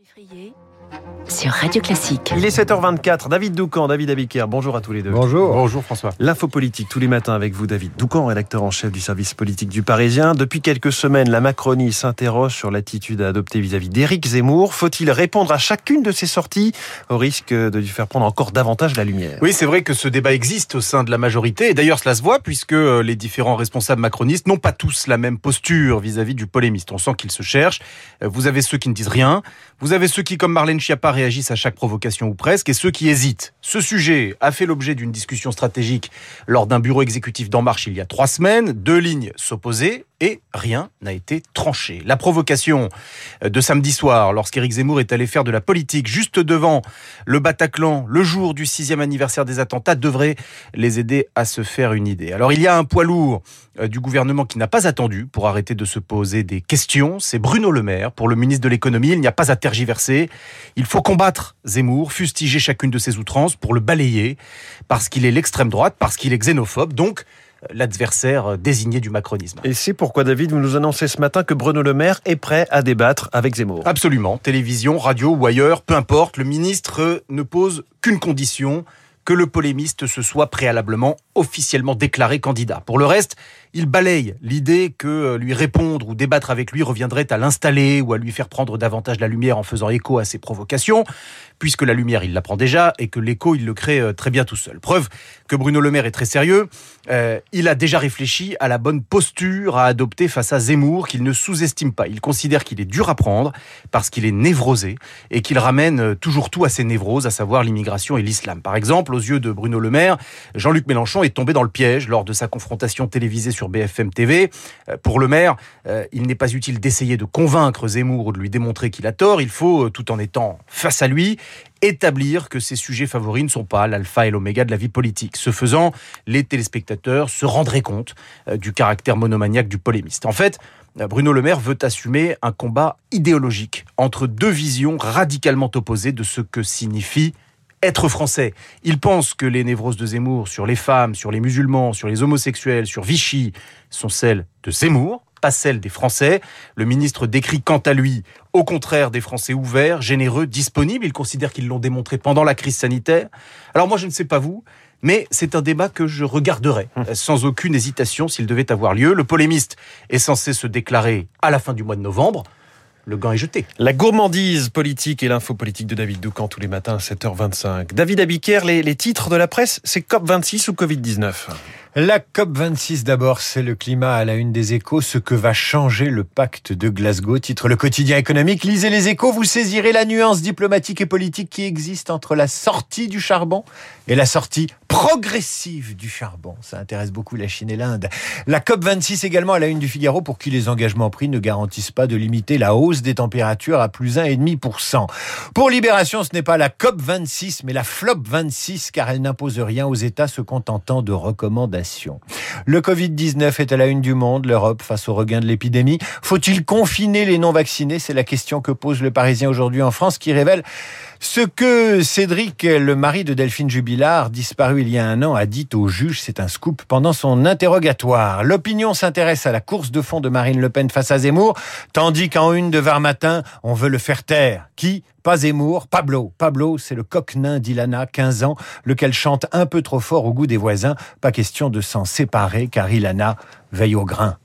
Sur Radio Classique. Il est 7h24, David Doucan, David Abiker, bonjour à tous les deux. Bonjour. Bonjour François. L'info politique tous les matins avec vous David Doucan, rédacteur en chef du service politique du Parisien. Depuis quelques semaines, la Macronie s'interroge sur l'attitude à adopter vis-à-vis d'Éric Zemmour. Faut-il répondre à chacune de ses sorties au risque de lui faire prendre encore davantage la lumière? Oui, c'est vrai que ce débat existe au sein de la majorité et d'ailleurs cela se voit puisque les différents responsables macronistes n'ont pas tous la même posture vis-à-vis du polémiste. On sent qu'ils se cherchent. Vous avez ceux qui ne disent rien, vous avez ceux qui, comme Marlène Schiappa, réagissent à chaque provocation ou presque, et ceux qui hésitent. Ce sujet a fait l'objet d'une discussion stratégique lors d'un bureau exécutif d'En Marche il y a 3 semaines. 2 lignes s'opposaient et rien n'a été tranché. La provocation de samedi soir, lorsqu'Éric Zemmour est allé faire de la politique juste devant le Bataclan, le jour du 6e anniversaire des attentats, devrait les aider à se faire une idée. Alors il y a un poids lourd du gouvernement qui n'a pas attendu pour arrêter de se poser des questions. C'est Bruno Le Maire. Pour le ministre de l'économie, il n'y a pas à tergiverser. Il faut combattre Zemmour, fustiger chacune de ses outrances pour le balayer, parce qu'il est l'extrême droite, parce qu'il est xénophobe, donc l'adversaire désigné du macronisme. Et c'est pourquoi, David, vous nous annoncez ce matin que Bruno Le Maire est prêt à débattre avec Zemmour. Absolument. Télévision, radio ou ailleurs, peu importe, le ministre ne pose qu'une condition, que le polémiste se soit préalablement officiellement déclaré candidat. Pour le reste, il balaye l'idée que lui répondre ou débattre avec lui reviendrait à l'installer ou à lui faire prendre davantage la lumière en faisant écho à ses provocations, puisque la lumière, il la prend déjà et que l'écho, il le crée très bien tout seul. Preuve que Bruno Le Maire est très sérieux. Il a déjà réfléchi à la bonne posture à adopter face à Zemmour, qu'il ne sous-estime pas. Il considère qu'il est dur à prendre parce qu'il est névrosé et qu'il ramène toujours tout à ses névroses, à savoir l'immigration et l'islam. Par exemple, aux yeux de Bruno Le Maire, Jean-Luc Mélenchon est tombé dans le piège lors de sa confrontation télévisée sur BFM TV. Pour Le Maire, il n'est pas utile d'essayer de convaincre Zemmour ou de lui démontrer qu'il a tort. Il faut, tout en étant face à lui, établir que ses sujets favoris ne sont pas l'alpha et l'oméga de la vie politique. Ce faisant, les téléspectateurs se rendraient compte du caractère monomaniaque du polémiste. En fait, Bruno Le Maire veut assumer un combat idéologique entre 2 visions radicalement opposées de ce que signifie être français. Il pense que les névroses de Zemmour sur les femmes, sur les musulmans, sur les homosexuels, sur Vichy, sont celles de Zemmour, pas celles des Français. Le ministre décrit quant à lui, au contraire, des Français ouverts, généreux, disponibles. Il considère qu'ils l'ont démontré pendant la crise sanitaire. Alors moi, je ne sais pas vous, mais c'est un débat que je regarderai sans aucune hésitation s'il devait avoir lieu. Le polémiste est censé se déclarer à la fin du mois de novembre. Le gant est jeté. La gourmandise politique et l'info politique de David Doucan tous les matins à 7h25. David Abiker, les titres de la presse, c'est COP26 ou Covid-19 ? La COP26 d'abord, c'est le climat à la une des Échos, ce que va changer le pacte de Glasgow, titre le quotidien économique. Lisez les Échos, vous saisirez la nuance diplomatique et politique qui existe entre la sortie du charbon et la sortie progressive du charbon. Ça intéresse beaucoup la Chine et l'Inde. La COP26 également à la une du Figaro, pour qui les engagements pris ne garantissent pas de limiter la hausse des températures à plus 1,5%. Pour Libération, ce n'est pas la COP26, mais la FLOP26, car elle n'impose rien aux États se contentant de recommandations. Le Covid-19 est à la une du Monde, l'Europe face au regain de l'épidémie. Faut-il confiner les non-vaccinés ? C'est la question que pose le Parisien aujourd'hui en France, qui révèle ce que Cédric, le mari de Delphine Jubilard, disparu il y a 1 an, a dit au juge. C'est un scoop pendant son interrogatoire. L'Opinion s'intéresse à la course de fond de Marine Le Pen face à Zemmour, tandis qu'en une de Var Matin, on veut le faire taire. Qui ? Pas Zemmour, Pablo. Pablo, c'est le coq-nain d'Ilana, 15 ans, lequel chante un peu trop fort au goût des voisins. Pas question de s'en séparer, car Ilana veille au grain.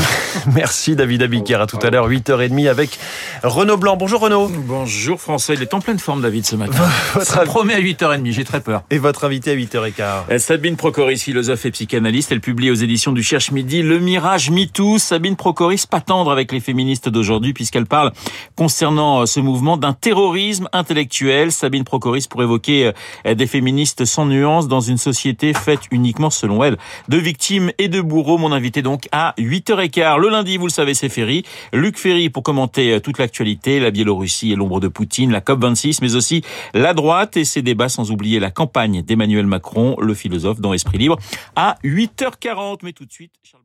Merci David Abiker, à tout à l'heure, 8h30 avec Renaud Blanc. Bonjour Renaud. Bonjour François, il est en pleine forme David ce matin. Ça promet à 8h30, j'ai très peur. Et votre invité à 8h15. Sabine Procoris, philosophe et psychanalyste, elle publie aux éditions du Cherche Midi Le Mirage MeToo. Sabine Procoris, pas tendre avec les féministes d'aujourd'hui puisqu'elle parle concernant ce mouvement d'un terrorisme intellectuel. Sabine Procoris pour évoquer des féministes sans nuance dans une société faite uniquement selon elle de victimes et de bourreaux. Mon invité donc à 8h15. Le lundi, vous le savez, c'est Ferry. Luc Ferry pour commenter toute l'actualité, la Biélorussie et l'ombre de Poutine, la COP26, mais aussi la droite et ses débats, sans oublier la campagne d'Emmanuel Macron, le philosophe dans Esprit Libre, à 8h40. Mais tout de suite, Charles